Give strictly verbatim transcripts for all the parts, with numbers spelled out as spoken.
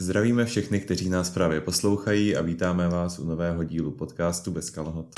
Zdravíme všechny, kteří nás právě poslouchají a vítáme vás u nového dílu podcastu Bez kalhot.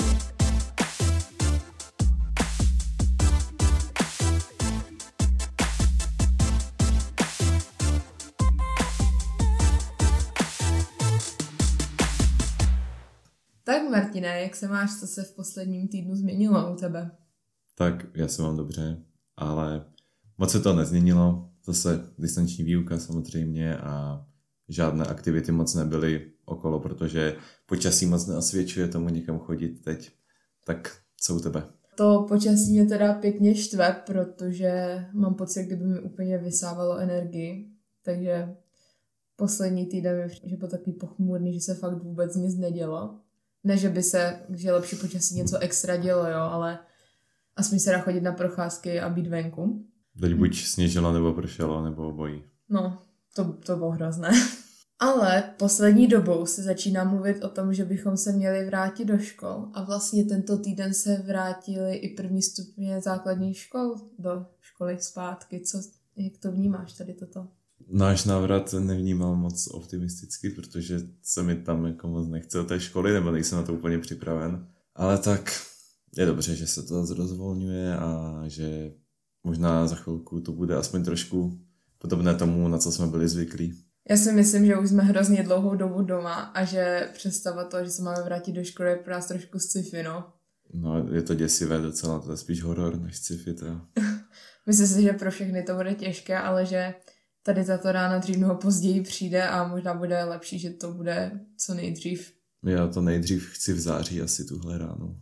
Tak Martine, jak se máš, co se v posledním týdnu změnilo u tebe? Tak já se mám dobře, ale moc se to nezměnilo. Zase distanční výuka samozřejmě a žádné aktivity moc nebyly okolo, protože počasí moc neosvědčuje tomu někam chodit teď. Tak co u tebe? To počasí mě teda pěkně štve, protože mám pocit, kdyby mi úplně vysávalo energii. Takže poslední týden je byl takový pochmurný, že se fakt vůbec nic nedělo. Ne, že by se, že lepší počasí něco extra dělo, jo, ale aspoň se dá chodit na procházky a být venku. Teď buď sněžilo, nebo pršelo, nebo obojí. No, to, to bylo hrozné. Ale poslední dobou se začíná mluvit o tom, že bychom se měli vrátit do škol. A vlastně tento týden se vrátili i první stupně základních škol do školy zpátky. Co, jak to vnímáš tady toto? Náš návrat nevnímal moc optimisticky, protože se mi tam jako moc nechce od té školy, nebo nejsem na to úplně připraven. Ale tak je dobře, že se to rozvolňuje a že možná za chvilku to bude aspoň trošku podobné tomu, na co jsme byli zvyklí. Já si myslím, že už jsme hrozně dlouhou dobu doma a že představa toho, že se máme vrátit do školy, je pro nás trošku sci-fi, no. No, je to děsivé docela, to je spíš horor než sci-fi, to. Myslím si, že pro všechny to bude těžké, ale že tady za to ráno dřív nebo později přijde a možná bude lepší, že to bude co nejdřív. Já to nejdřív chci v září asi tuhle ránu.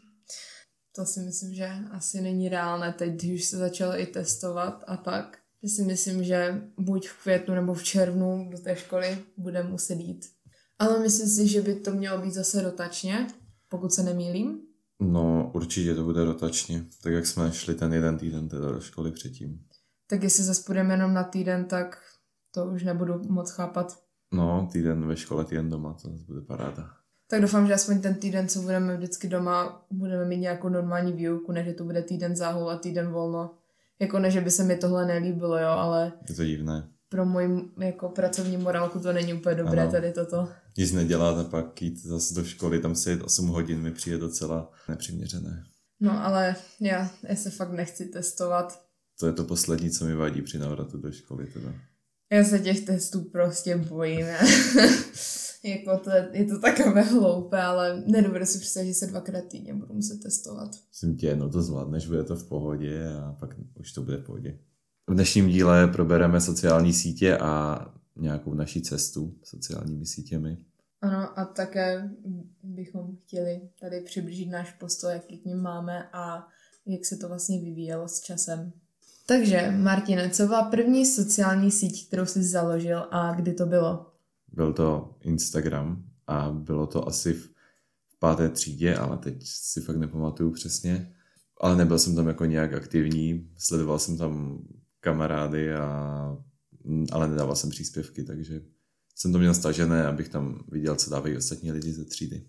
To si myslím, že asi není reálné teď, když už se začalo i testovat a tak. Já si myslím, že buď v květnu nebo v červnu do té školy bude muset jít. Ale myslím si, že by to mělo být zase rotačně, pokud se nemýlím. No, určitě to bude rotačně, tak jak jsme šli ten jeden týden teda do školy předtím. Tak jestli zase půjdeme jenom na týden, tak to už nebudu moc chápat. No, týden ve škole, týden doma, to bude paráda. Tak doufám, že aspoň ten týden, co budeme vždycky doma, budeme mít nějakou normální výuku, ne, že to bude týden záhul a týden volno. Jako ne, že by se mi tohle nelíbilo, jo, ale je to divné. Pro moji jako pracovní morálku to není úplně dobré, ano. Tady toto. Nic nedělat a pak jít zase do školy, tam sedět osm hodin mi přijde docela nepřiměřené. No ale já, já se fakt nechci testovat. To je to poslední, co mi vadí při návratu do školy teda. Já se těch testů prostě bojím. Jako to je, je to takové hloupé, ale nedovedu si představit, že se dvakrát týdně budu muset testovat. Myslím tě, no to zvládneš, bude to v pohodě a pak už to bude v pohodě. V dnešním díle probereme sociální sítě a nějakou naší cestu sociálními sítěmi. Ano, a také bychom chtěli tady přiblížit náš postoj, jaký k nim máme a jak se to vlastně vyvíjelo s časem. Takže, Martine, co byla první sociální síť, kterou jsi založil a kdy to bylo? Byl to Instagram a bylo to asi v páté třídě, ale teď si fakt nepamatuju přesně. Ale nebyl jsem tam jako nějak aktivní, sledoval jsem tam kamarády, a, ale nedával jsem příspěvky, takže jsem to měl stažené, abych tam viděl, co dávají ostatní lidi ze třídy.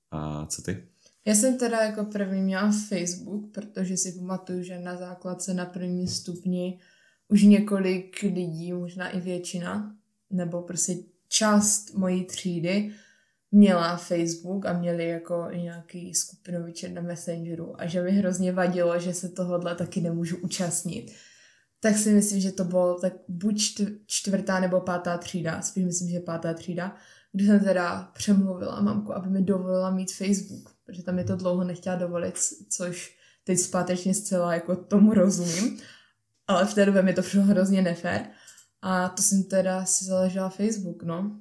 A co ty? Já jsem teda jako první měla Facebook, protože si pamatuju, že na základce na první stupni už několik lidí, možná i většina, nebo prostě část mojí třídy měla Facebook a měli jako i nějaký skupinový chat na Messengeru a že mi hrozně vadilo, že se tohodle taky nemůžu účastnit. Tak si myslím, že to bylo tak buď čtvrtá nebo pátá třída, spíš myslím, že pátá třída, kdy jsem teda přemluvila mamku, aby mi dovolila mít Facebook, protože tam mi to dlouho nechtěla dovolit, což teď zpátečně zcela jako tomu rozumím, ale v té době mi to přišlo hrozně nefér. A to jsem teda si založila Facebook, no.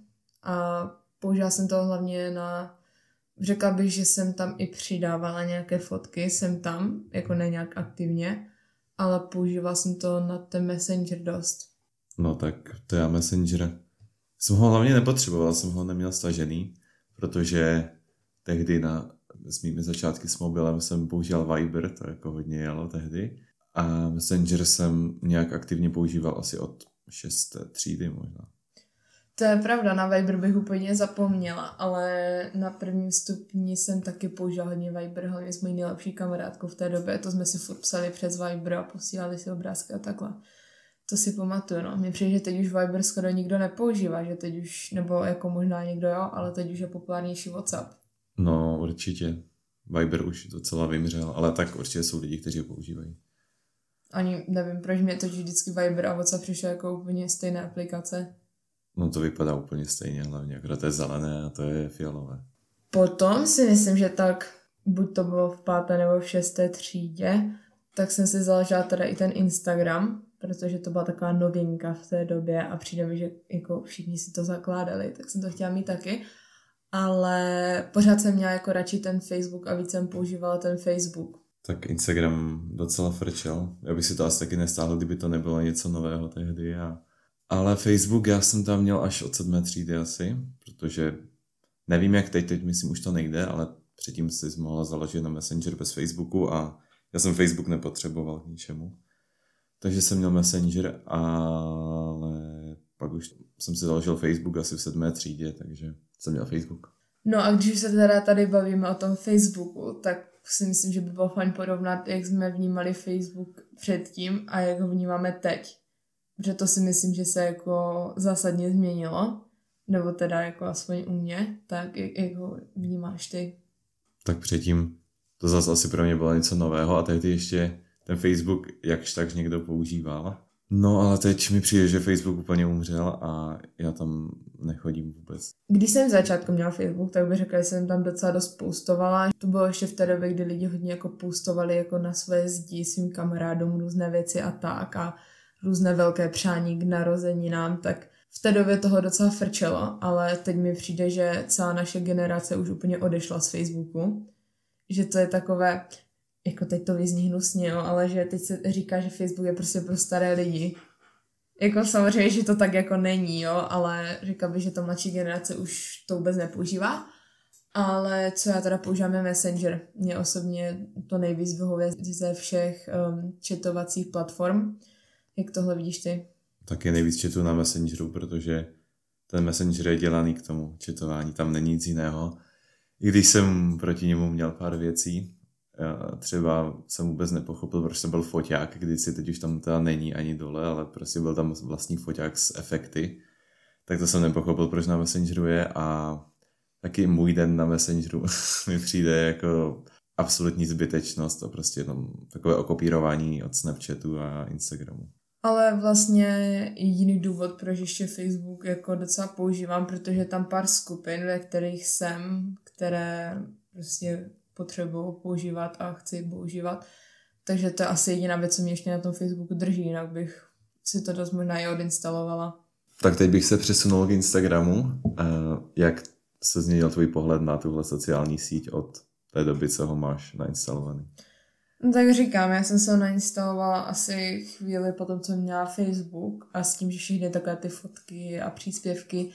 A použila jsem to hlavně na, řekla bych, že jsem tam i přidávala nějaké fotky, jsem tam, jako ne nějak aktivně, ale používala jsem to na ten Messenger dost. No tak to já Messenger jsem ho hlavně nepotřeboval, jsem ho neměl stažený, protože tehdy na, s mými začátky s mobilem jsem používal Viber, to jako hodně jelo tehdy. A Messenger jsem nějak aktivně používal asi od šesté třídy možná. To je pravda, na Viber bych úplně zapomněla, ale na prvním stupni jsem taky použila hodně Viber, hlavně s mojí nejlepší kamarádkou v té době, to jsme si furt psali přes Viber a posílali si obrázky a takhle. To si pamatuju, no. Mně přijde, že teď už Viber skoro nikdo nepoužívá, že teď už, nebo jako možná někdo jo, ale teď už je populárnější WhatsApp. No, určitě. Viber už docela vymřel, ale tak určitě jsou lidi, kteří ho používají. Ani nevím, proč mě to vždycky Viber a WhatsApp přišlo jako úplně stejné aplikace. No to vypadá úplně stejně, hlavně akorát to je zelené a to je fialové. Potom si myslím, že tak, buď to bylo v páté nebo v šesté třídě, tak jsem si založila teda i ten Instagram, protože to byla taková novinka v té době a přijde mi, že jako všichni si to zakládali, tak jsem to chtěla mít taky. Ale pořád jsem měla jako radši ten Facebook a víc jsem používala ten Facebook. Tak Instagram docela frčel. Já bych si to asi taky nestáhl, kdyby to nebylo něco nového tehdy. A... Ale Facebook já jsem tam měl až od sedmé třídy asi, protože nevím jak teď, teď myslím už to nejde, ale předtím si mohla založit na Messenger bez Facebooku a já jsem Facebook nepotřeboval k ničemu. Takže jsem měl Messenger, ale pak už jsem si založil Facebook asi v sedmé třídě, takže jsem měl Facebook. No a když se teda tady bavíme o tom Facebooku, tak si myslím, že by bylo fajn porovnat, jak jsme vnímali Facebook předtím a jak ho vnímáme teď. Protože to si myslím, že se jako zásadně změnilo, nebo teda jako aspoň u mě, tak jak, jak ho vnímáš ty? Tak předtím to zase asi pro mě bylo něco nového a tehdy ještě ten Facebook jakž tak někdo používal. No ale teď mi přijde, že Facebook úplně umřel a já tam nechodím vůbec. Když jsem v začátku měla Facebook, tak bych řekla, že jsem tam docela dost postovala. To bylo ještě v té době, kdy lidi hodně jako postovali jako na své zdi svým kamarádům různé věci a tak a různé velké přání k narozeninám, tak v té době toho docela frčelo, ale teď mi přijde, že celá naše generace už úplně odešla z Facebooku. Že to je takové, jako teď to vyzní hnusně, jo, ale že teď se říká, že Facebook je prostě pro staré lidi. Jako samozřejmě, že to tak jako není, jo, ale říkal bych, že ta mladší generace už to vůbec nepoužívá. Ale co já teda používám je Messenger. Mně osobně to nejvíc vyhovuje ze všech um, chatovacích platform. Jak tohle vidíš ty? Taky nejvíc chatu na Messengeru, protože ten Messenger je dělaný k tomu chatování, tam není nic jiného. I když jsem proti němu měl pár věcí, třeba jsem vůbec nepochopil, proč to byl foťák, když si teď už tam teda není ani dole, ale prostě byl tam vlastní foťák s efekty, tak to jsem nepochopil, proč na Messengeru je a taky můj den na Messengeru mi přijde jako absolutní zbytečnost a prostě jenom takové okopírování od Snapchatu a Instagramu. Ale vlastně jediný důvod, proč ještě Facebook jako docela používám, protože je tam pár skupin, ve kterých jsem, které prostě potřebuji používat a chci používat. Takže to je asi jediná věc, co mě ještě na tom Facebooku drží, jinak bych si to dost možná i odinstalovala. Tak teď bych se přesunul k Instagramu. Jak se změnil tvůj pohled na tuhle sociální síť od té doby, co ho máš nainstalovaný? No tak říkám, já jsem se ho nainstalovala asi chvíli po tom, co měla Facebook a s tím, že všechny takové ty fotky a příspěvky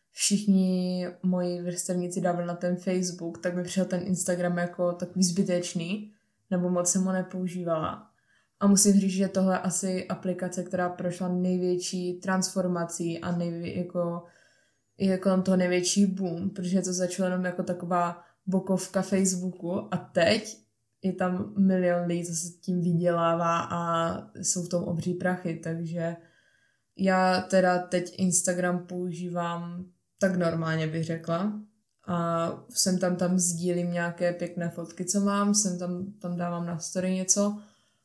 všichni moji vrstevníci dávali na ten Facebook, tak mi přišel ten Instagram jako takový zbytečný, nebo moc jsem ho nepoužívala. A musím říct, že tohle je asi aplikace, která prošla největší transformací a nejvě, jako, je kolem toho největší boom, protože to začalo jenom jako taková bokovka Facebooku a teď je tam milion lidí, co se tím vydělává a jsou v tom obří prachy, takže já teda teď Instagram používám tak normálně, bych řekla. A jsem tam, tam sdílím nějaké pěkné fotky, co mám, jsem tam, tam dávám na story něco,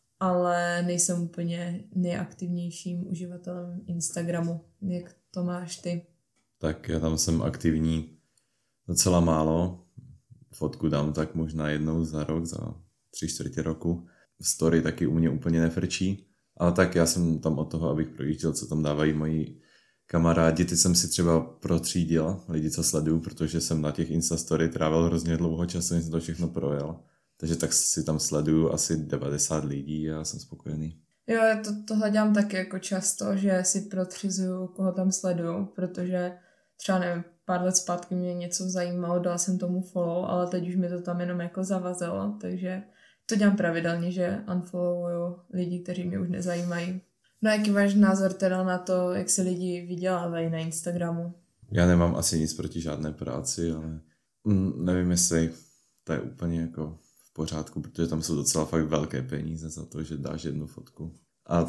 ale nejsem úplně nejaktivnějším uživatelem Instagramu. Jak to máš ty? Tak já tam jsem aktivní docela málo. Fotku dám tak možná jednou za rok, za tři čtvrtě roku. Story taky u mě úplně nefrčí. Ale tak já jsem tam od toho, abych projížděl, co tam dávají moji kamarádi. Teď jsem si třeba protřídil lidi, co sleduju, protože jsem na těch Instastory trávil hrozně dlouho času, než jsem to všechno projel. Takže tak si tam sleduju asi devadesát lidí a já jsem spokojený. Jo, já to, tohle dělám taky jako často, že si protřizuju, koho tam sleduju, protože třeba nevím, pár let zpátky mě něco zajímalo, dala jsem tomu follow, ale teď už mi to tam jenom jako zavazilo, takže to dělám pravidelně, že unfollowuju lidi, kteří mě už nezajímají. No jaký máš názor teda na to, jak se lidi vydělávají na Instagramu? Já nemám asi nic proti žádné práci, ale mm, nevím, jestli to je úplně jako v pořádku, protože tam jsou docela fakt velké peníze za to, že dáš jednu fotku. A tak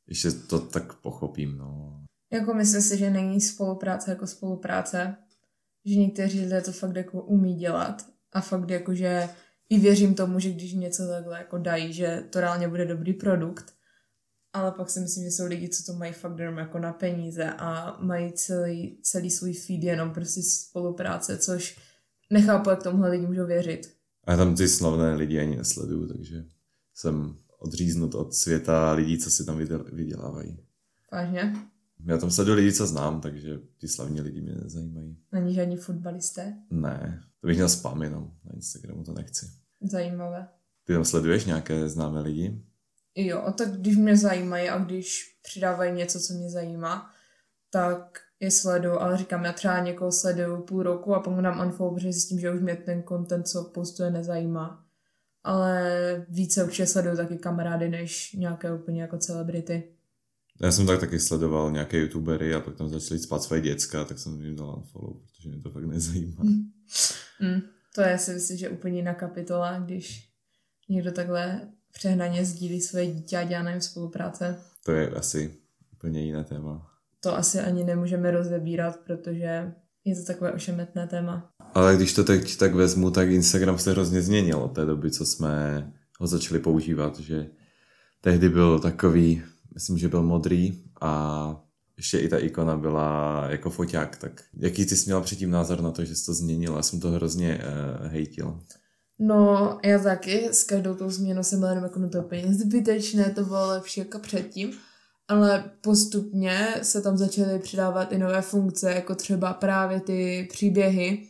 ještě to tak pochopím, no. Jako myslím si, že není spolupráce jako spolupráce, že někteří lidé to fakt jako umí dělat a fakt jako, že i věřím tomu, že když něco takhle jako dají, že to reálně bude dobrý produkt, ale pak si myslím, že jsou lidi, co to mají fakt jenom jako na peníze a mají celý, celý svůj feed jenom prostě spolupráce, což nechápu, jak tomuhle lidi můžou věřit. A tam ty slavné lidi ani nesleduju, takže jsem odříznut od světa lidí, co si tam vydělávají. Vážně? Já tam sleduju lidi, co znám, takže ty slavní lidi mě nezajímají. Není žádní fotbalisté? Ne, to bych měl spam jenom na Instagramu, to nechci. Zajímavé. Ty tam sleduješ nějaké známé lidi? Jo, tak když mě zajímají a když přidávají něco, co mě zajímá, tak je sleduju, ale říkám, já třeba někoho sleduju půl roku a pak mu dám unfollow, protože zjistím, že už mě ten content, co postuje, nezajímá. Ale více určitě sleduju taky kamarády, než nějaké úplně jako celebrity. Já jsem tak taky sledoval nějaké youtubery a pak tam začali spát své děcka, tak jsem jim dal unfollow, protože mě to fakt nezajímá. Mm. Mm, to je si myslím, že úplně jiná kapitola, když někdo takhle přehnaně sdílí své dítě a dělá na něm spolupráce. To je asi úplně jiné téma. To asi ani nemůžeme rozebírat, protože je to takové ošemetné téma. Ale když to teď tak vezmu, tak Instagram se hrozně změnil od té doby, co jsme ho začali používat, že tehdy byl takový, myslím, že byl modrý a ještě i ta ikona byla jako foťák, tak jaký ty jsi měla předtím názor na to, že jsi to změnil? Já jsem to hrozně uh, hejtil. No, já taky, s každou tou změnou jsem byla jenom jako, no to je úplně zbytečné, to bylo lepší jako předtím, ale postupně se tam začaly přidávat i nové funkce, jako třeba právě ty příběhy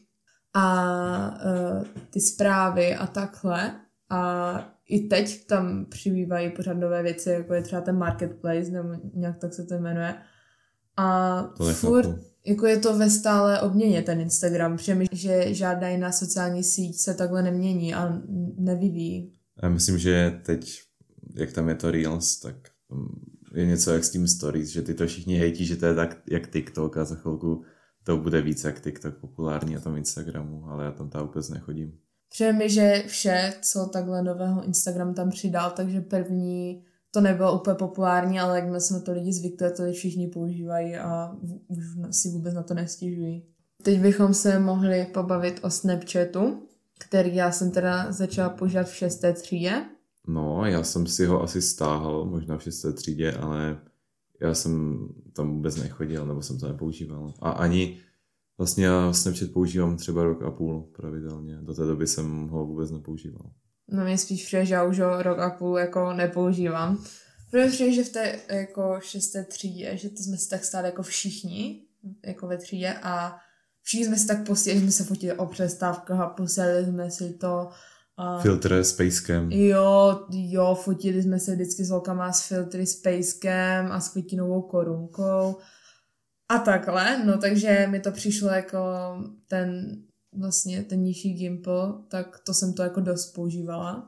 a uh, ty zprávy a takhle. A i teď tam přibývají pořád nové věci, jako je třeba ten marketplace, nebo nějak tak se to jmenuje. A to furt, jako je to ve stále obměně ten Instagram, protože že žádná jiná sociální síť se takhle nemění a nevyvíjí. Já myslím, že teď, jak tam je to Reels, tak je něco jak s tím Stories, že ty to všichni hejtí, že to je tak jak TikTok a za chvilku to bude víc jak TikTok populární na tom Instagramu, ale já tam ta vůbec nechodím. Přijde mi, že vše, co takhle nového Instagram tam přidal, takže první to nebylo úplně populární, ale jakmile se na to lidi zvykli, to všichni používají a už si vůbec na to nestěžují. Teď bychom se mohli pobavit o Snapchatu, který já jsem teda začala používat v šesté třídě. No, já jsem si ho asi stáhl, možná v šesté třídě, ale já jsem tam vůbec nechodil, nebo jsem to nepoužíval. A ani vlastně já Snapchat používám třeba rok a půl pravidelně. Do té doby jsem ho vůbec nepoužíval. No mě spíš přijde, že já už ho rok a půl jako nepoužívám. Protože přijde, že v té jako šesté třídě, že to jsme si tak stáli jako všichni, jako ve třídě a všichni jsme si tak posílali, že jsme se fotili o přestávkách a posílali jsme si to. A... Filtr s Facecam. Jo, jo, fotili jsme se vždycky s holkama s filtry s Facecam a s květinovou korunkou. A takhle, no takže mi to přišlo jako ten vlastně ten nižší Gimple, tak to jsem to jako dost používala.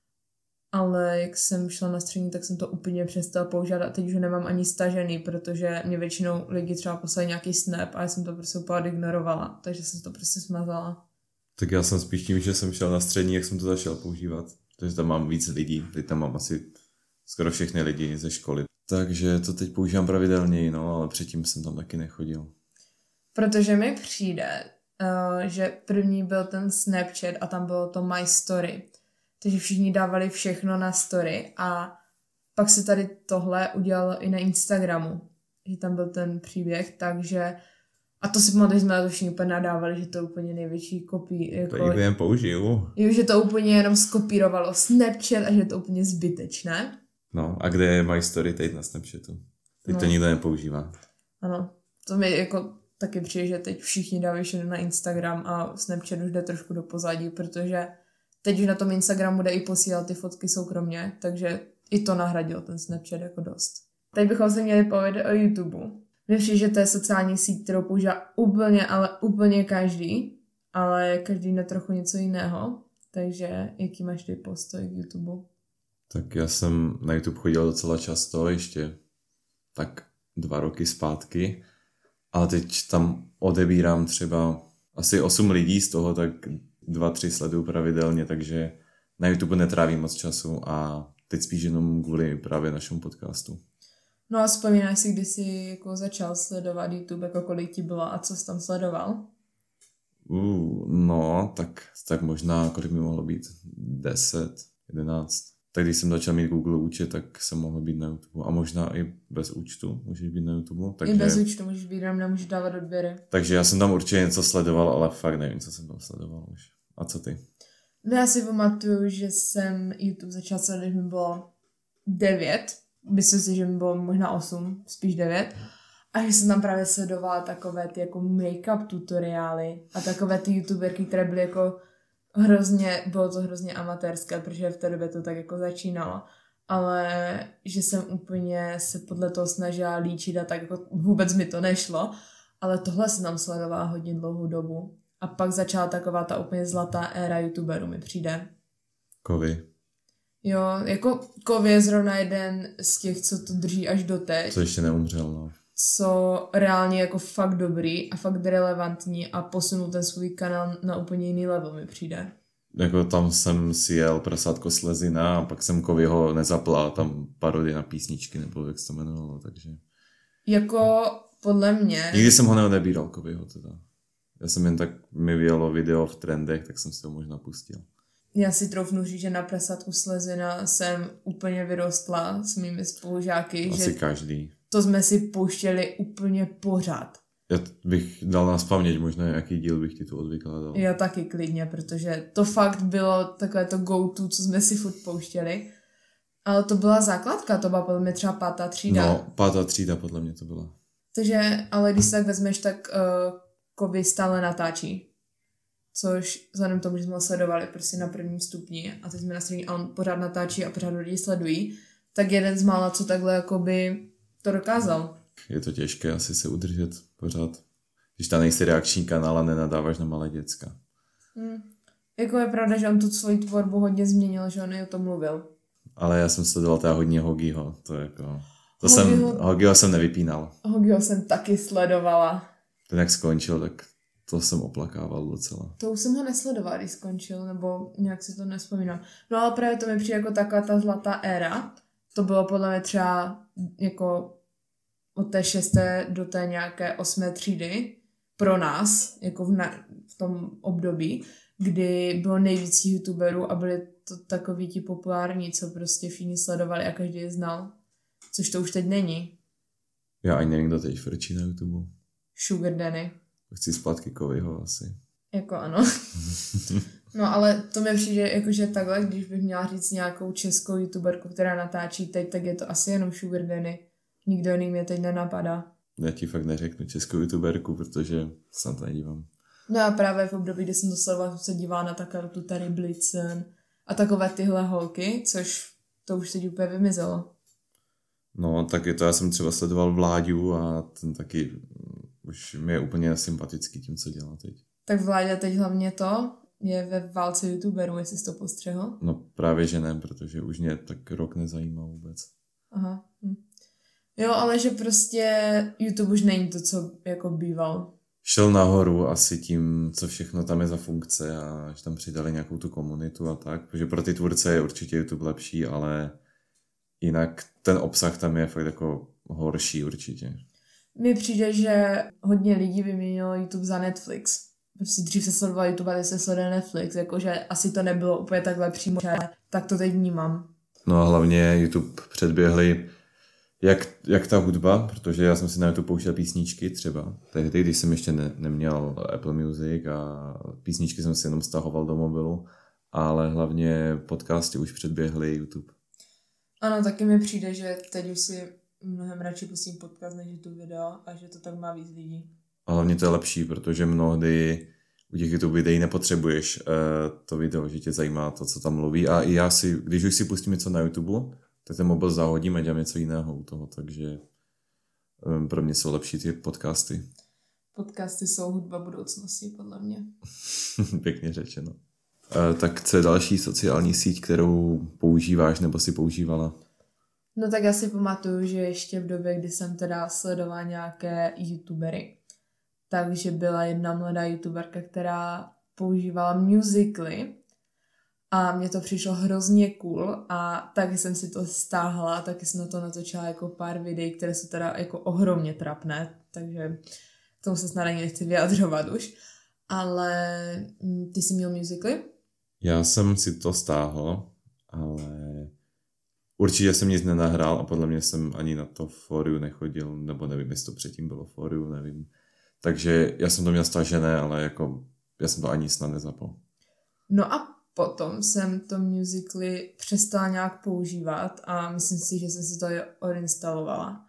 Ale jak jsem šla na střední, tak jsem to úplně přestala používat a teď už ho nemám ani stažený, protože mě většinou lidi třeba poslali nějaký snap a já jsem to prostě úplně ignorovala, takže jsem to prostě smazala. Tak já jsem spíš tím, že jsem šel na střední, jak jsem to začal používat. Takže tam mám víc lidí, teď tam mám asi skoro všechny lidi ze školy. Takže to teď používám pravidelněji, no, ale předtím jsem tam taky nechodil. Protože mi přijde, uh, že první byl ten Snapchat a tam bylo to My Story. Takže všichni dávali všechno na story a pak se tady tohle udělalo i na Instagramu, že tam byl ten příběh, takže a to si pamatuju, jsme na to všichni úplně nadávali, že to je úplně největší kopí. Jako, to jen použiju. Jo, že to úplně jenom skopírovalo Snapchat a že je to úplně zbytečné. No a kde je My Story teď na Snapchatu? Teď no. To nikdo nepoužívá. Ano, to mi jako taky přijde, že teď všichni dávají všechno na Instagram a Snapchat už jde trošku do pozadí, protože teď už na tom Instagramu jde i posílat ty fotky soukromně, takže i to nahradil ten Snapchat jako dost. Teď bychom se měli povědět o YouTube. Mně přijde, že to je sociální síť, kterou používá úplně, ale úplně každý, ale každý na trochu něco jiného. Takže jaký máš ty postoj k YouTube? Tak já jsem na YouTube chodil docela často, ještě tak dva roky zpátky, ale teď tam odebírám třeba asi osm lidí, z toho tak dva, tři sleduju pravidelně, takže na YouTube netrávím moc času a teď spíš jenom kvůli právě našemu podcastu. No a vzpomínáš si, kdy jsi jako začal sledovat YouTube, jako kolik ti bylo a co jsi tam sledoval? Uh, no, tak, tak možná, kolik mi mohlo být? deset, jedenáct. Tak když jsem začal mít Google účet, tak jsem mohl být na YouTube. A možná i bez účtu můžeš být na YouTube. Takže, I bez účtu můžeš být, tam nemůžeš dávat odběry. Takže já jsem tam určitě něco sledoval, ale fakt nevím, co jsem tam sledoval už. A co ty? No já si pamatuju, že jsem YouTube začal sledovat, když mi bylo devět. Myslím si, že mi bylo možná osm, spíš devět. A že jsem tam právě sledovala takové ty jako make-up tutoriály a takové ty youtuberky, které byly jako hrozně, bylo to hrozně amatérské, protože v té době to tak jako začínalo. Ale že jsem úplně se podle toho snažila líčit a tak jako vůbec mi to nešlo. Ale tohle jsem tam sledovala hodně dlouhou dobu. A pak začala taková ta úplně zlatá éra youtuberů, mi přijde. Kovy. Jo, jako Kovy je zrovna jeden z těch, co to drží až do teď. Co ještě neumřel, no. Co reálně jako fakt dobrý a fakt relevantní a posunul ten svůj kanál na úplně jiný level, mi přijde. Jako tam jsem si jel Prasátko Slezina a pak jsem Kovyho nezapla, tam parodie na písničky, nebo jak se to jmenovalo, takže... Jako podle mě... Nikdy jsem ho neodebíral, Kovyho teda. Já jsem jen tak, mi vyjelo video v trendech, tak jsem si to možná pustil. Já si troufnu říct, že na Prasátku Slezina jsem úplně vyrostla s mými spolužáky. Asi že každý. To jsme si pouštěli úplně pořád. Já bych dal nás paměť, možná jaký díl bych ti tu odvykládal. Já taky klidně, protože to fakt bylo takové to go-to, co jsme si furt pouštěli. Ale to byla základka, to byla podle mě třeba pátá třída. No, pátá třída podle mě to byla. Takže, ale když se tak vezmeš, tak uh, Kovy stále natáčí. Což vzhledem k tomu, že jsme ho sledovali prostě na prvním stupni a teď jsme na střední a on pořád natáčí a pořád lidi sledují, tak jeden z mála, co takhle jakoby to dokázal. Je to těžké asi se udržet pořád, když tam nejsi reakční kanál a nenadáváš na malé děcka. Hmm. Jako je pravda, že on tu svoji tvorbu hodně změnil, že on i o tom mluvil. Ale já jsem sledoval teda hodně Hogiho, to je jako... To Hogiho... jsem, Hogiho jsem nevypínal. Hogiho jsem taky sledovala. Ten jak skončil, tak to jsem oplakával docela. To už jsem ho nesledovala, když skončil, nebo nějak si to nespomínám. No ale právě to mi přijde jako taková ta zlatá éra. To bylo podle mě třeba jako od té šesté do té nějaké osmé třídy pro nás, jako v, na, v tom období, kdy bylo nejvíc youtuberů a byli to takoví ti populární, co prostě všichni sledovali a každý je znal. Což to už teď není. Já ani nevím, kdo teď frčí na YouTube. Sugar Danny. Chci zpátky Kovyho asi. Jako ano. No ale to mi přijde jakože takhle, když bych měla říct nějakou českou youtuberku, která natáčí teď, tak je to asi jenom Sugar Danny. Nikdo jiný mě teď nenapadá. Já ti fakt neřeknu českou youtuberku, protože se na to nedívám. No a právě v období, kdy jsem to sledovala, jsem se dívala na takovou tu Terry Blitzen a takové tyhle holky, což to už teď úplně vymizelo. No, tak je to, já jsem třeba sledoval Vláďu a ten taky už mi je úplně sympatický tím, co dělá teď. Tak Vláďa teď hlavně to je ve válce youtuberů, jestli jsi to postřehl. No právě, že ne, protože už mě tak rok nezajímá vůbec. Aha. Hm. Jo, ale že prostě YouTube už není to, co jako býval. Šel nahoru asi tím, co všechno tam je za funkce a že tam přidali nějakou tu komunitu a tak, protože pro ty tvůrce je určitě YouTube lepší, ale jinak ten obsah tam je fakt jako horší určitě. Mně přijde, že hodně lidí vyměnilo YouTube za Netflix. Prostě dřív se sledoval YouTube, ale se sleduje Netflix, jakože asi to nebylo úplně takhle přímo, tak to teď vnímám. No a hlavně YouTube předběhli jak, jak ta hudba, protože já jsem si na YouTube pouštěl písničky třeba. Tehdy, když jsem ještě ne, neměl Apple Music a písničky jsem si jenom stahoval do mobilu, ale hlavně podcasty už předběhly YouTube. Ano, taky mi přijde, že teď už si mnohem radši pustím podcast než YouTube video a že to tak má víc lidí. A hlavně to je lepší, protože mnohdy u těch YouTube videí nepotřebuješ uh, to video, že tě zajímá to, co tam mluví. A i já si, když už si pustím něco na YouTube, tak ten mobil zahodím a dělám něco jiného u toho, takže um, pro mě jsou lepší ty podcasty. Podcasty jsou hudba budoucnosti, podle mě. Pěkně řečeno. Uh, tak co je další sociální síť, kterou používáš nebo si používala? No tak já si pamatuju, že ještě v době, kdy jsem teda sledovala nějaké youtubery, takže byla jedna mladá youtuberka, která používala Musical.ly A mně to přišlo hrozně cool a taky jsem si to stáhla, taky jsem na to natočila jako pár videí, které jsou teda jako ohromně trapné, takže k tomu se snad ani nechci vyjadřovat už. Ale ty jsi měl musically? Já jsem si to stáhl, ale určitě jsem nic nenahrál a podle mě jsem ani na to fóriu nechodil, nebo nevím, jestli to předtím bylo fóriu, nevím. Takže já jsem to měl stažené, ale jako já jsem to ani snad nezapl. No a potom jsem to musically přestala nějak používat a myslím si, že jsem si to odinstalovala.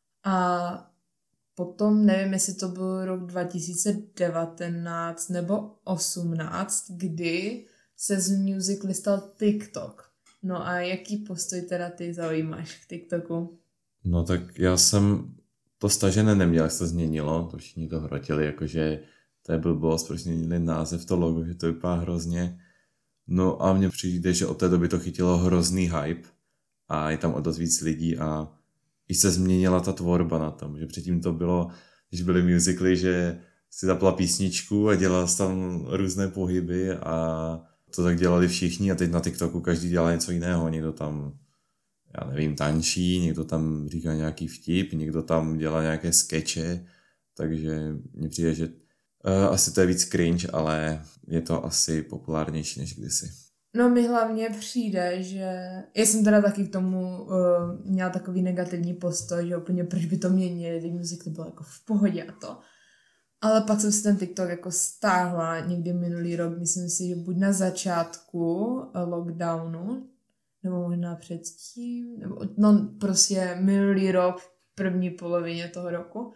A potom, nevím, jestli to byl rok dva tisíce devatenáct nebo osmnáct, kdy se z musically stal TikTok. No a jaký postoj teda ty zaujímáš k TikToku? No tak já jsem to stažené neměl, jak se to změnilo, to všichni to hrotili, jakože to je blbost, proč změnili název, to logo, že to vypadá hrozně. No a mně přijde, že od té doby to chytilo hrozný hype a je tam o dost víc lidí a i se změnila ta tvorba na tom, že předtím to bylo, když byly musically, že si zapla písničku a dělala tam různé pohyby a to tak dělali všichni a teď na TikToku každý dělá něco jiného, někdo tam, já nevím, tančí, někdo tam říká nějaký vtip, někdo tam dělá nějaké skeče, takže mně přijde, že uh, asi to je víc cringe, ale je to asi populárnější než kdysi. No mi hlavně přijde, že já jsem teda taky k tomu uh, měla takový negativní postoj, že úplně proč by to měnili, teď muzik to bylo jako v pohodě a to. Ale pak jsem si ten TikTok jako stáhla někdy minulý rok, myslím si, že buď na začátku lockdownu, nebo možná předtím, nebo no prostě minulý rok v první polovině toho roku.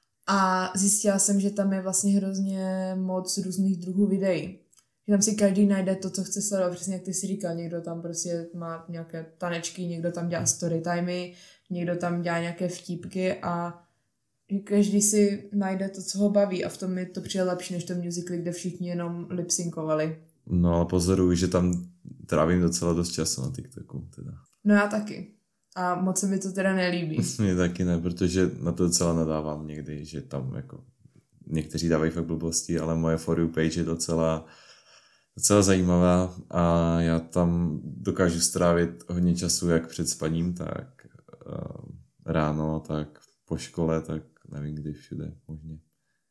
A zjistila jsem, že tam je vlastně hrozně moc různých druhů videí. Že tam si každý najde to, co chce sledovat, přesně jak ty si říkal, někdo tam prostě má nějaké tanečky, někdo tam dělá storytimey, někdo tam dělá nějaké vtípky a každý si najde to, co ho baví a v tom mi to přijde lepší než to musically, kde všichni jenom lipsynkovali. No ale pozoruju, že tam trávím docela dost času na TikToku teda. No já taky. A moc se mi to teda nelíbí. Mně taky ne, protože na to docela nadávám někdy, že tam jako někteří dávají fakt blbosti, ale moje For You page je docela, docela zajímavá a já tam dokážu strávit hodně času jak před spaním, tak uh, ráno, tak po škole, tak nevím kdy všude možně.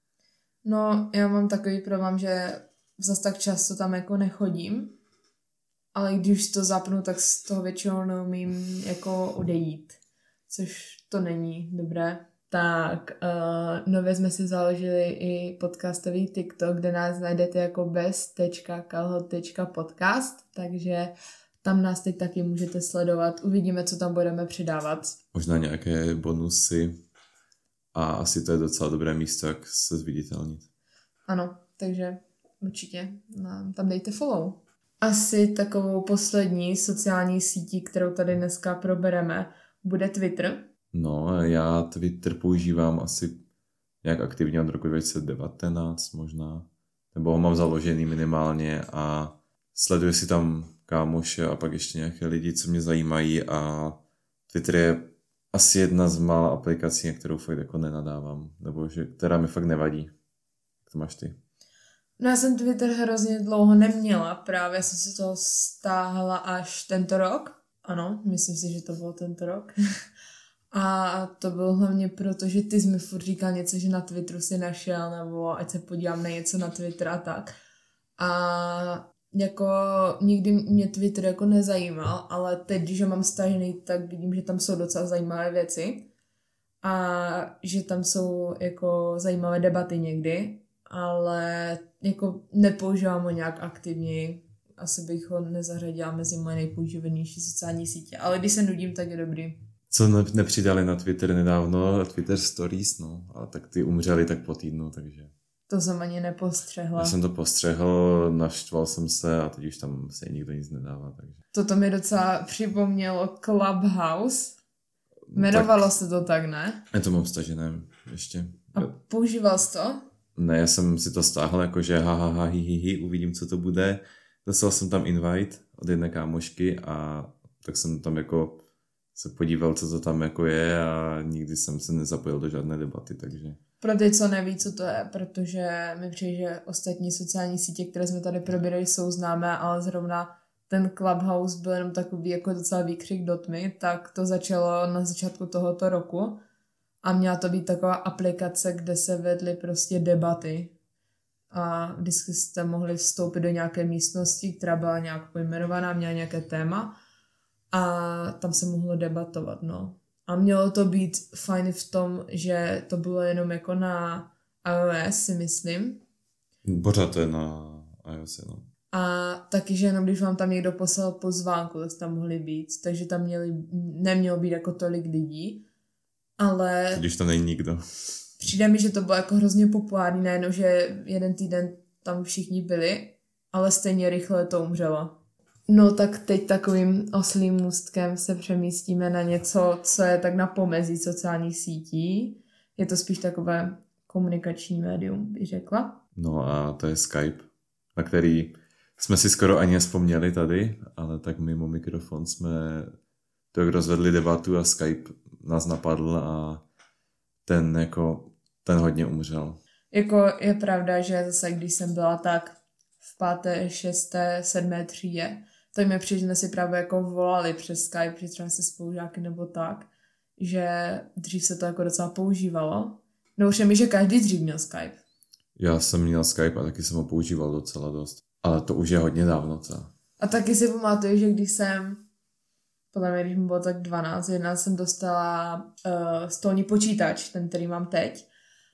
No já mám takový problém, že zase tak často tam jako nechodím, ale když to zapnu, tak z toho většinou neumím jako odejít, což to není dobré. Tak uh, nově jsme si založili i podcastový TikTok, kde nás najdete jako bez tečka kalhot tečka podcast, takže tam nás teď taky můžete sledovat. Uvidíme, co tam budeme přidávat. Možná nějaké bonusy a asi to je docela dobré místo, jak se zviditelnit. Ano, takže určitě nám tam dejte follow. Asi takovou poslední sociální sítí, kterou tady dneska probereme, bude Twitter. No, já Twitter používám asi nějak aktivně od roku dva tisíce devatenáct možná, nebo ho mám založený minimálně a sleduji si tam kámoše a pak ještě nějaké lidi, co mě zajímají a Twitter je asi jedna z mála aplikací, na kterou fakt jako nenadávám, nebo že, která mi fakt nevadí. Jak to máš ty? No já jsem Twitter hrozně dlouho neměla, právě jsem si to stáhla až tento rok. Ano, myslím si, že to bylo tento rok. A to bylo hlavně proto, že ty jsi mi furt říkal něco, že na Twitteru si našel, nebo ať se podívám na něco na Twitter a tak. A jako nikdy mě Twitter jako nezajímal, ale teď, když ho mám stažený, tak vidím, že tam jsou docela zajímavé věci. A že tam jsou jako zajímavé debaty někdy, ale jako nepoužívám ho nějak aktivněji. Asi bych ho nezařadila mezi moje nejpoužívanější sociální sítě, ale když se nudím, tak je dobrý. Co ne- nepřidali na Twitter nedávno, Twitter Stories, no, ale tak ty umřeli tak po týdnu, takže... To jsem ani nepostřehla. Já jsem to postřehl, naštval jsem se a teď už tam se nikdo nic nedává, takže... Toto mi docela připomnělo Clubhouse. Jmenovalo tak, se to tak, ne? Já to mám stažené ještě. A používal jsi to? Ne, já jsem si to stáhl, jakože ha, ha, ha, hi, hi, hi, uvidím, co to bude. Dostal jsem tam invite od jedné kámošky a tak jsem tam jako se podíval, co to tam jako je a nikdy jsem se nezapojil do žádné debaty, takže... Pro ty, co neví, co to je, protože mi přijde, že ostatní sociální sítě, které jsme tady probírali, jsou známé, ale zrovna ten Clubhouse byl jenom takový jako docela výkřik do tmy, tak to začalo na začátku tohoto roku a měla to být taková aplikace, kde se vedly prostě debaty a vždycky jste mohli vstoupit do nějaké místnosti, která byla nějak pojmenovaná, měla nějaké téma a tam se mohlo debatovat, no. A mělo to být fajn v tom, že to bylo jenom jako na iOS, si myslím. Pořád to je na iOS, no. A taky, že jenom když vám tam někdo poslal pozvánku, tak tam mohli být. Takže tam měli, nemělo být jako tolik lidí. Ale... Když tam není nikdo. Přijde mi, že to bylo jako hrozně populární, nejenom, že jeden týden tam všichni byli, ale stejně rychle to umřelo. No tak teď takovým oslým můstkem se přemístíme na něco, co je tak na pomezí sociálních sítí. Je to spíš takové komunikační médium, bych řekla. No a to je Skype, na který jsme si skoro ani nevzpomněli tady, ale tak mimo mikrofon jsme to jak rozvedli debatu a Skype nás napadl a ten jako, ten hodně umřel. Jako je pravda, že zase když jsem byla tak v páté, šesté, sedmé třídě, tak mi přijde, že jsme si právě jako volali přes Skype, při třeba se spolužáky nebo tak, že dřív se to jako docela používalo. No už je mi, že každý dřív měl Skype. Já jsem měl Skype a taky jsem ho používal docela dost. Ale to už je hodně dávno, co? A taky si pamatuju, že když jsem, podle mě, když mi bylo tak dvanáct, jedenáct, jsem dostala uh, stolní počítač, ten, který mám teď,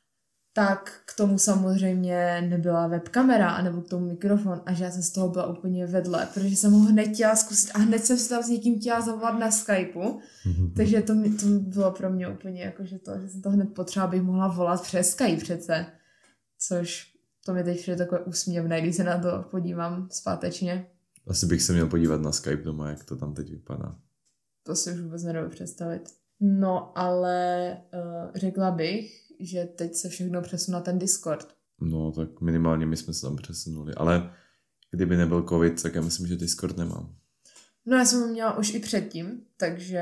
tak k tomu samozřejmě nebyla webkamera, anebo k tomu mikrofon a že já jsem z toho byla úplně vedle, protože jsem ho hned chtěla zkusit a hned jsem si tam s někým chtěla zavolat na Skypeu, takže to, to bylo pro mě úplně jako, že, to, že jsem to hned potřeba, abych mohla volat přes Skype přece, což to mi teď přijde takové úsměvné, když se na to podívám zpátečně. Asi bych se měl podívat na Skype doma, jak to tam teď vypadá. To si už vůbec nedovedu představit. No, ale uh, řekla bych, že teď se všechno přesune na ten Discord. No, tak minimálně my jsme se tam přesunuli, ale kdyby nebyl covid, tak já myslím, že Discord nemám. No, já jsem ho měla už i předtím, takže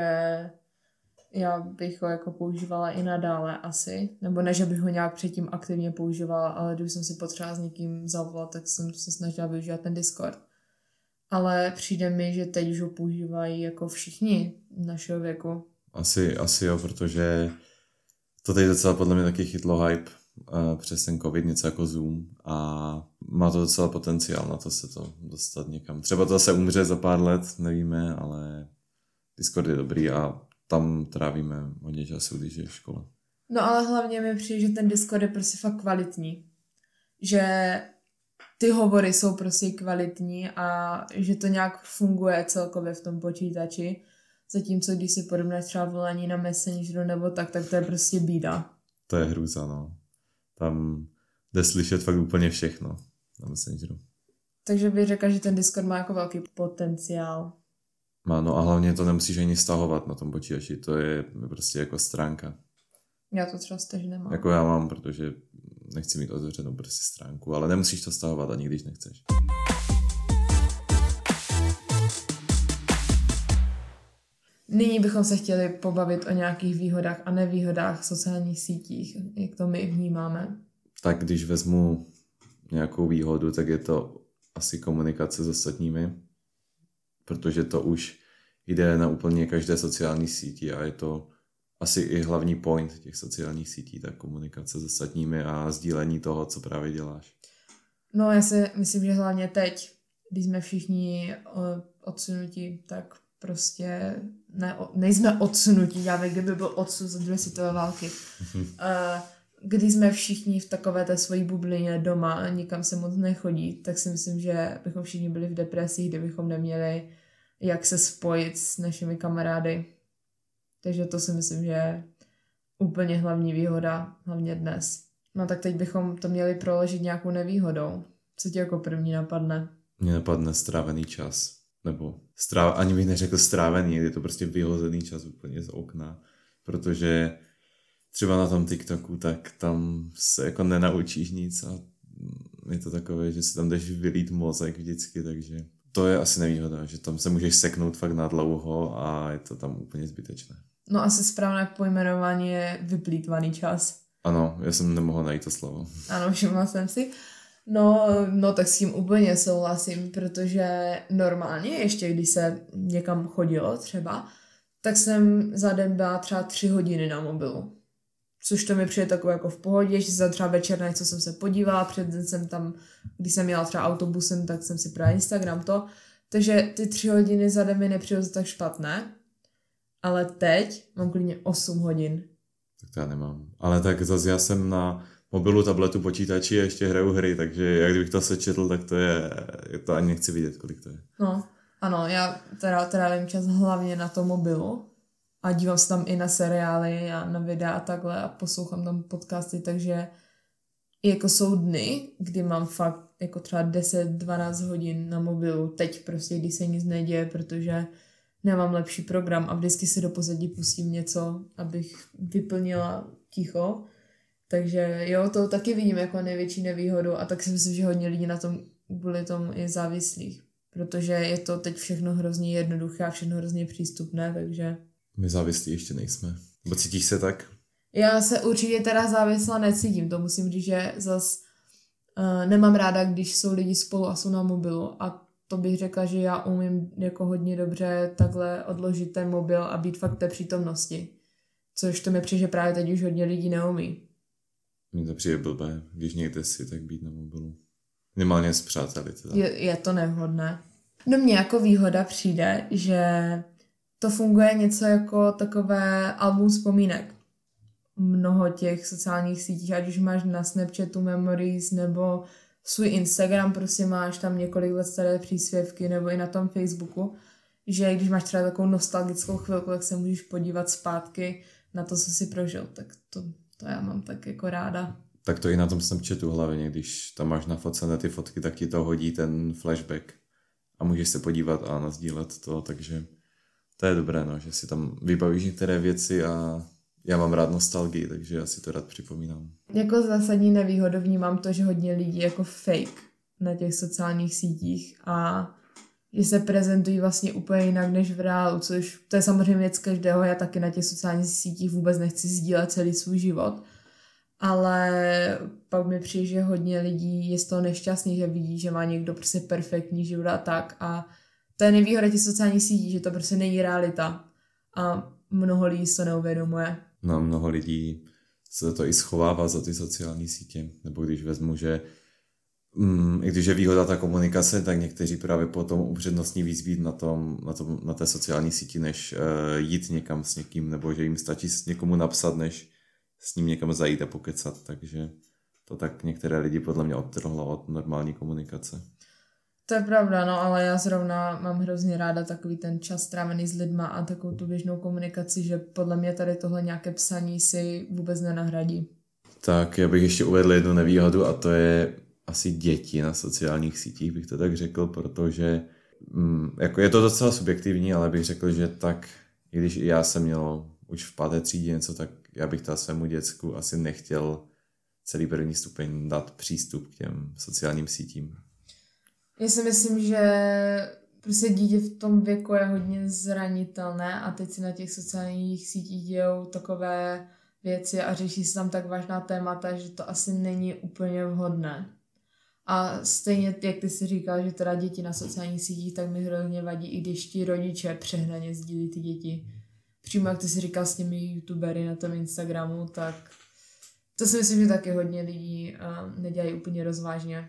já bych ho jako používala i nadále asi, nebo ne, že bych ho nějak předtím aktivně používala, ale když jsem si potřeba s někým zavolat, tak jsem se snažila využívat ten Discord. Ale přijde mi, že teď už ho používají jako všichni našeho věku. Asi, asi jo, protože to teď docela podle mě taky chytlo hype uh, přes ten covid, něco jako Zoom a má to docela potenciál na to se to dostat někam. Třeba to zase umře za pár let, nevíme, ale Discord je dobrý a tam trávíme hodně času, když je škola. No ale hlavně mi přijde, že ten Discord je prostě fakt kvalitní. Že ty hovory jsou prostě kvalitní a že to nějak funguje celkově v tom počítači. Zatímco když si podobné třeba volání na Messengeru nebo tak, tak to je prostě bída. To je hrůza, no. Tam jde slyšet fakt úplně všechno na Messengeru. Takže bych řekla, že ten Discord má jako velký potenciál. Má, no a hlavně to nemusíš ani stahovat na tom počítači, to je prostě jako stránka. Já to třeba staž nemám. Jako já mám, protože nechci mít otevřenou prostě stránku, ale nemusíš to stahovat ani když nechceš. Nyní bychom se chtěli pobavit o nějakých výhodách a nevýhodách sociálních sítích, jak to my vnímáme. Tak když vezmu nějakou výhodu, tak je to asi komunikace s ostatními, protože to už jde na úplně každé sociální síti a je to asi i hlavní point těch sociálních sítí, tak komunikace s ostatními a sdílení toho, co právě děláš. No já si myslím, že hlavně teď, když jsme všichni odsunutí, tak prostě ne, nejsme odsunutí, já vím, kdyby byl odsud za druhé světové války. Když jsme všichni v takové té svojí bublině doma a nikam se moc nechodí, tak si myslím, že bychom všichni byli v depresích, kdybychom neměli jak se spojit s našimi kamarády. Takže to si myslím, že je úplně hlavní výhoda, hlavně dnes. No tak teď bychom to měli proložit nějakou nevýhodou. Co ti jako první napadne? Mně napadne strávený čas. Nebo stráv, ani bych neřekl strávený, je to prostě vyhozený čas úplně z okna. Protože třeba na tom TikToku, tak tam se jako nenaučíš nic a je to takové, že si tam jdeš vylít mozek vždycky, takže to je asi nevýhoda, že tam se můžeš seknout fakt na dlouho a je to tam úplně zbytečné. No asi správné pojmenování je vyplýtvaný čas. Ano, já jsem nemohl najít to slovo. Ano, všimla jsem si. No, no tak s tím úplně souhlasím, protože normálně ještě, když se někam chodilo třeba, tak jsem za den byla třeba tři hodiny na mobilu. Což to mi přijde takové jako v pohodě, že za třeba večer na něco jsem se podívala, před den jsem tam, když jsem jela třeba autobusem, tak jsem si právě Instagram to, takže ty tři hodiny za den mi nepřijde tak špatné, ale teď mám klidně osm hodin. Tak to já nemám. Ale tak zase já jsem na mobilu, tabletu, počítači a ještě hraju hry, takže jak kdybych to sečetl, tak to je, to ani nechci vidět, kolik to je. No, ano, já teda trávím čas hlavně na tom mobilu a dívám se tam i na seriály a na videa a takhle a poslouchám tam podcasty, takže jako jsou dny, kdy mám fakt jako třeba deset dvanáct hodin na mobilu, teď prostě, když se nic neděje, protože nemám lepší program a vždycky si do pozadí pustím něco, abych vyplnila ticho. Takže jo, to taky vidím jako největší nevýhodu a tak si myslím, že hodně lidí na tom kvůli tomu je závislých, protože je to teď všechno hrozně jednoduché a všechno hrozně přístupné, takže... My závislí ještě nejsme. Bo cítíš se tak? Já se určitě teda závislá necítím, to musím říct, že zas uh, nemám ráda, když jsou lidi spolu a jsou na mobilu a to bych řekla, že já umím jako hodně dobře takhle odložit ten mobil a být fakt té přítomnosti, což to mi přijde, že právě teď už hodně lidí neumí. Mně to přijde blbé, když někde si, tak být na mobilu. Minimálně s přáteli. Teda. Je, je to nevhodné. No mně jako výhoda přijde, že to funguje něco jako takové album vzpomínek. Mnoho těch sociálních sítích, ať už máš na Snapchatu Memories nebo svůj Instagram, prostě máš tam několik let staré příspěvky nebo i na tom Facebooku, že když máš třeba takovou nostalgickou chvilku, tak se můžeš podívat zpátky na to, co jsi prožil. Tak to, to já mám tak jako ráda. Tak to i na tom Snapchatu hlavně, když tam máš nafocené ty fotky, tak ti to hodí ten flashback a můžeš se podívat a nazdílet to, takže to je dobré, no, že si tam vybavíš některé věci a já mám rád nostalgii, takže já si to rád připomínám. Jako zásadní nevýhodu vnímám to, že hodně lidí jako fake na těch sociálních sítích a že se prezentují vlastně úplně jinak než v reálu, což to je samozřejmě věc každého, já taky na těch sociálních sítích vůbec nechci sdílet celý svůj život, ale pak mi přijde, že hodně lidí je z toho nešťastný, že vidí, že má někdo prostě perfektní život a tak a to je nevýhoda těch sociálních sítí, že to prostě není realita a mnoho lidí se to neuvědomuje. No a mnoho lidí se to i schovává za ty sociální sítě, nebo když vezmu, že mm, i když je výhoda ta komunikace, tak někteří právě potom upřednostní víc být na, tom, na, tom, na té sociální síti, než uh, jít někam s někým, nebo že jim stačí s někomu napsat, než s ním někam zajít a pokecat, takže to tak některé lidi podle mě odtrhlo od normální komunikace. To je pravda, no, ale já zrovna mám hrozně ráda takový ten čas strávený s lidma a takovou tu běžnou komunikaci, že podle mě tady tohle nějaké psaní si vůbec nenahradí. Tak já bych ještě uvedl jednu nevýhodu a to je asi děti na sociálních sítích, bych to tak řekl, protože mm, jako je to docela subjektivní, ale bych řekl, že tak, i když já jsem měl už v páté třídě něco, tak já bych ta svému děcku asi nechtěl celý první stupeň dát přístup k těm sociálním sítím. Já si myslím, že prostě dítě v tom věku je hodně zranitelné a teď si na těch sociálních sítích dějou takové věci a řeší se tam tak vážná témata, že to asi není úplně vhodné. A stejně, jak ty si říkal, že teda děti na sociálních sítích, tak mi hrozně vadí, i když ti rodiče přehnaně sdílí ty děti. Přímo jak ty si říkal s těmi youtubery na tom Instagramu, tak to si myslím, že taky hodně lidí uh, nedělají úplně rozvážně.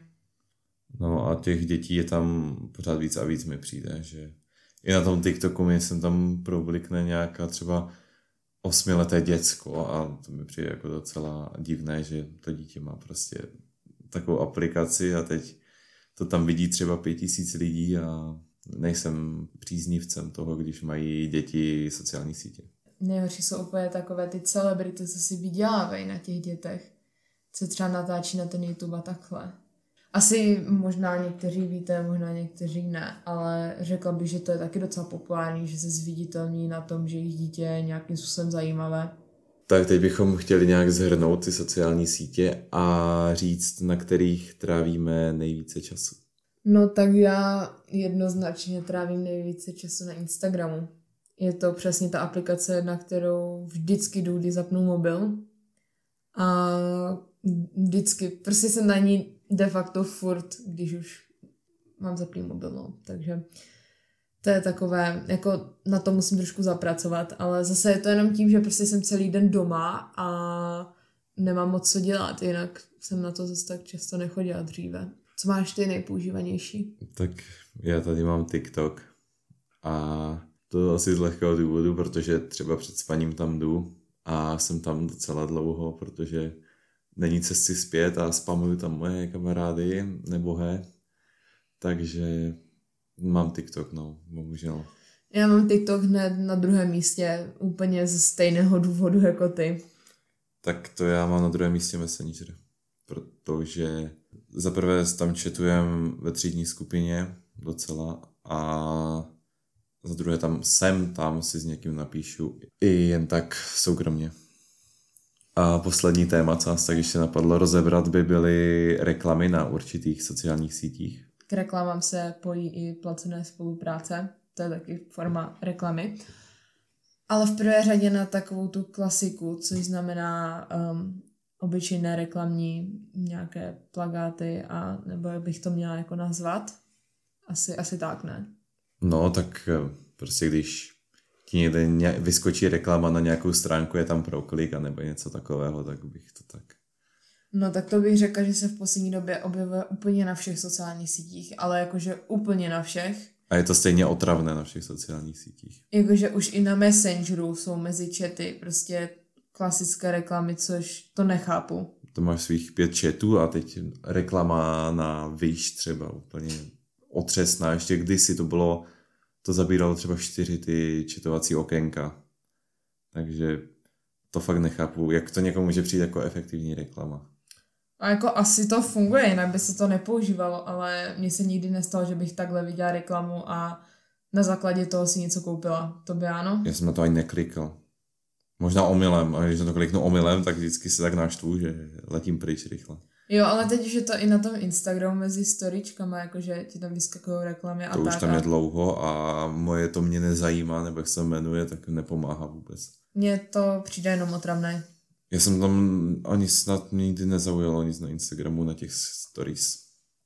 No a těch dětí je tam pořád víc a víc mi přijde, že i na tom TikToku mi sem tam problikne nějaká třeba osmileté děcko a to mi přijde jako docela divné, že to dítě má prostě takovou aplikaci a teď to tam vidí třeba pět tisíc lidí a nejsem příznivcem toho, když mají děti sociální sítě. Nejhorší jsou úplně takové ty celebrity, co si vydělávají na těch dětech, co třeba natáčí na ten YouTube a takhle. Asi možná někteří víte, možná někteří ne, ale řekla bych, že to je taky docela populární, že se zviditelní na tom, že jejich dítě je nějakým způsobem zajímavé. Tak teď bychom chtěli nějak zhrnout ty sociální sítě a říct, na kterých trávíme nejvíce času. No tak já jednoznačně trávím nejvíce času na Instagramu. Je to přesně ta aplikace, na kterou vždycky jdu, když zapnu mobil. A vždycky, prostě jsem na ní de facto furt, když už mám zaplý mobil, no. Takže to je takové, jako na to musím trošku zapracovat, ale zase je to jenom tím, že prostě jsem celý den doma a nemám moc co dělat, jinak jsem na to zase tak často nechodila dříve. Co máš ty nejpoužívanější? Tak já tady mám TikTok a to asi z lehkého důvodu, protože třeba před spaním tam jdu a jsem tam docela dlouho, protože není cesty zpět a spamuju tam moje kamarády nebohé, takže mám TikTok, no, bohužel. Já mám TikTok hned na druhém místě, úplně ze stejného důvodu jako ty. Tak to já mám na druhém místě Messenger, protože zaprvé tam chatujem ve třídní skupině docela a za druhé tam jsem, tam si s někým napíšu i jen tak soukromně. A poslední téma, co nás tak ještě napadlo rozebrat, by byly reklamy na určitých sociálních sítích. K reklamám se pojí i placené spolupráce, to je taky forma reklamy. Ale v prvé řadě na takovou tu klasiku, což znamená um, obyčejné reklamní nějaké plakáty a nebo jak bych to měla jako nazvat. Asi, asi tak, ne? No, tak prostě když ti někde ně, vyskočí reklama na nějakou stránku, je tam proklik a nebo něco takového, tak bych to tak... No tak to bych řekla, že se v poslední době objevuje úplně na všech sociálních sítích, ale jakože úplně na všech. A je to stejně otravné na všech sociálních sítích. Jakože už i na Messengeru jsou mezi chaty prostě klasické reklamy, což to nechápu. To máš svých pět chatů a teď reklama na Wish třeba úplně otřesná. Ještě kdysi to bylo, to zabíralo třeba čtyři ty chatovací okénka. Takže to fakt nechápu, jak to někomu může přijít jako efektivní reklama. A jako asi to funguje, jinak by se to nepoužívalo, ale mně se nikdy nestalo, že bych takhle viděla reklamu a na základě toho si něco koupila. To by ano? Já jsem na to ani neklikl. Možná omylem, a když na to kliknu omylem, tak vždycky se tak naštvu, že letím pryč rychle. Jo, ale teď už je to i na tom Instagramu mezi storyčkama, jakože ti tam vyskakují reklamy a to tak. To už tam je dlouho a moje to mě nezajímá, nebo jak se jmenuje, tak nepomáhá vůbec. Mně to přijde jenom otravné. Já jsem tam ani snad nikdy nezaujal nic na Instagramu, na těch stories.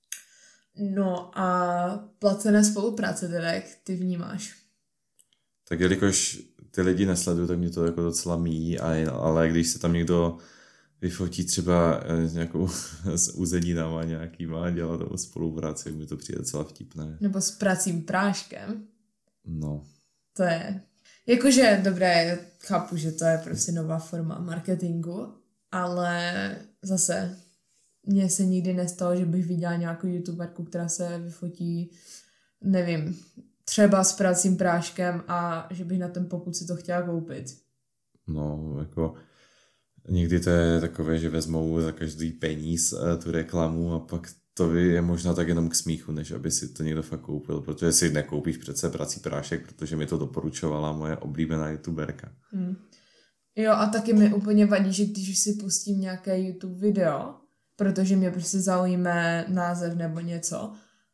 No a placené spolupráce teda, jak ty vnímáš? Tak jelikož ty lidi nesledují, tak mě to jako docela míjí, ale když se tam někdo vyfotí třeba nějakou s uzeninama nějakýma a dělá tomu spolupráci, mi to přijde docela vtipné. Nebo s pracím práškem. No. To je... Jakože, dobré, chápu, že to je prostě nová forma marketingu, ale zase mně se nikdy nestalo, že bych viděla nějakou youtuberku, která se vyfotí, nevím, třeba s pracím práškem a že bych na ten pokud si to chtěla koupit. No, jako někdy to je takové, že vezmou za každý peníz tu reklamu a pak to je možná tak jenom k smíchu, než aby si to někdo fakt koupil, protože si nekoupíš přece prací prášek, protože mi to doporučovala moje oblíbená youtuberka. Hmm. Jo, a taky mi úplně vadí, že když si pustím nějaké YouTube video, protože mě prostě zaujíme název nebo něco,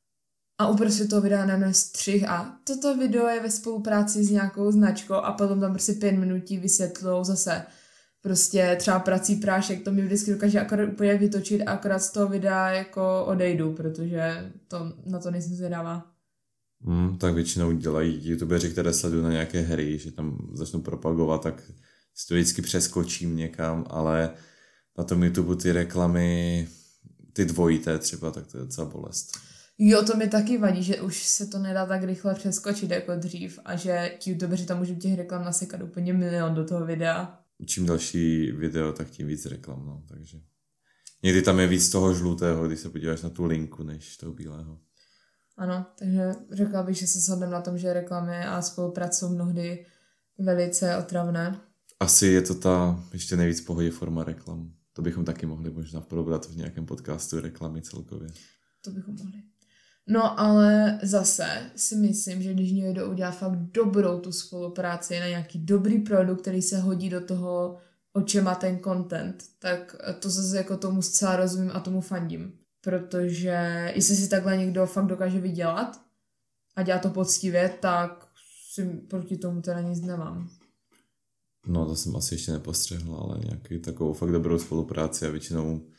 a uprostřed toho videa na střih a toto video je ve spolupráci s nějakou značkou a potom tam prostě pět minutí vysvětlou zase prostě třeba prací prášek, to mi vždycky dokáže akorát úplně vytočit a akorát z toho videa jako odejdu, protože to, na to nejsem zvědavá. Hmm, tak většinou dělají youtubeři, které sledují na nějaké hry, že tam začnou propagovat, tak si to vždycky přeskočím někam, ale na tom YouTube ty reklamy, ty dvojité třeba, tak to je docela bolest. Jo, to mi taky vadí, že už se to nedá tak rychle přeskočit jako dřív a že ti youtubeři tam můžou těch reklam nasekat úplně milion do toho videa. Čím další video, tak tím víc reklam, no, takže někdy tam je víc toho žlutého, když se podíváš na tu linku, než toho bílého. Ano, takže řekla bych, že se shodneme na tom, že reklamy a spolupráce jsou mnohdy velice otravné. Asi je to ta ještě nejvíc pohodě forma reklam. To bychom taky mohli možná probrat v nějakém podcastu reklamy celkově. To bychom mohli. No ale zase si myslím, že když někdo udělá fakt dobrou tu spolupráci na nějaký dobrý produkt, který se hodí do toho, o čem má ten content, tak to zase jako tomu zcela rozumím a tomu fandím. Protože jestli si takhle někdo fakt dokáže vydělat a dělá to poctivě, tak si proti tomu teda nic nemám. No to jsem asi ještě nepostřehla, ale nějaký takovou fakt dobrou spolupráci a většinou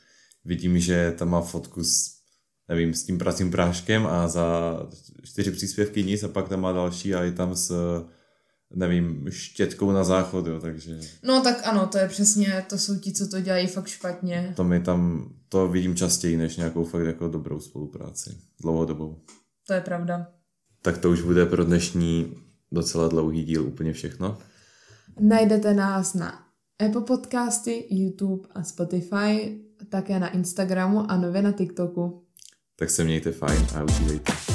vidím, že tam má fotku s, nevím, s tím pracím práškem a za čtyři příspěvky nic a pak tam má další a je tam s, nevím, štětkou na záchod, jo, takže... No tak ano, to je přesně, to jsou ti, co to dělají fakt špatně. To mi tam, to vidím častěji, než nějakou fakt jako dobrou spolupráci, dlouhodobou. To je pravda. Tak to už bude pro dnešní docela dlouhý díl úplně všechno. Najdete nás na Apple Podcasty, YouTube a Spotify, také na Instagramu a nově na TikToku. Tak se mějte fajn a užívejte.